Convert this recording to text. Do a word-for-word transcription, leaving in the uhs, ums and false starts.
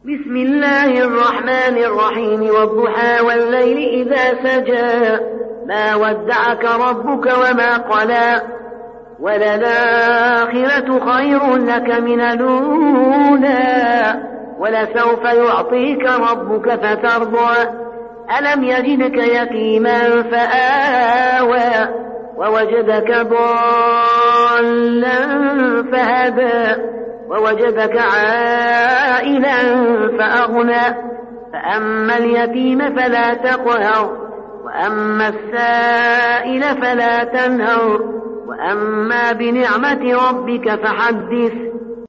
بسم الله الرحمن الرحيم والضحى والليل إذا سجى ما ودعك ربك وما قلى وللآخرة خير لك من الأولى ولسوف يعطيك ربك فترضى ألم يجدك يتيما فآوى ووجدك ضالا فهدى ووجدك عائلا فأغنى فأما اليتيم فلا تقهر وأما السائل فلا تنهر وأما بنعمة ربك فحدث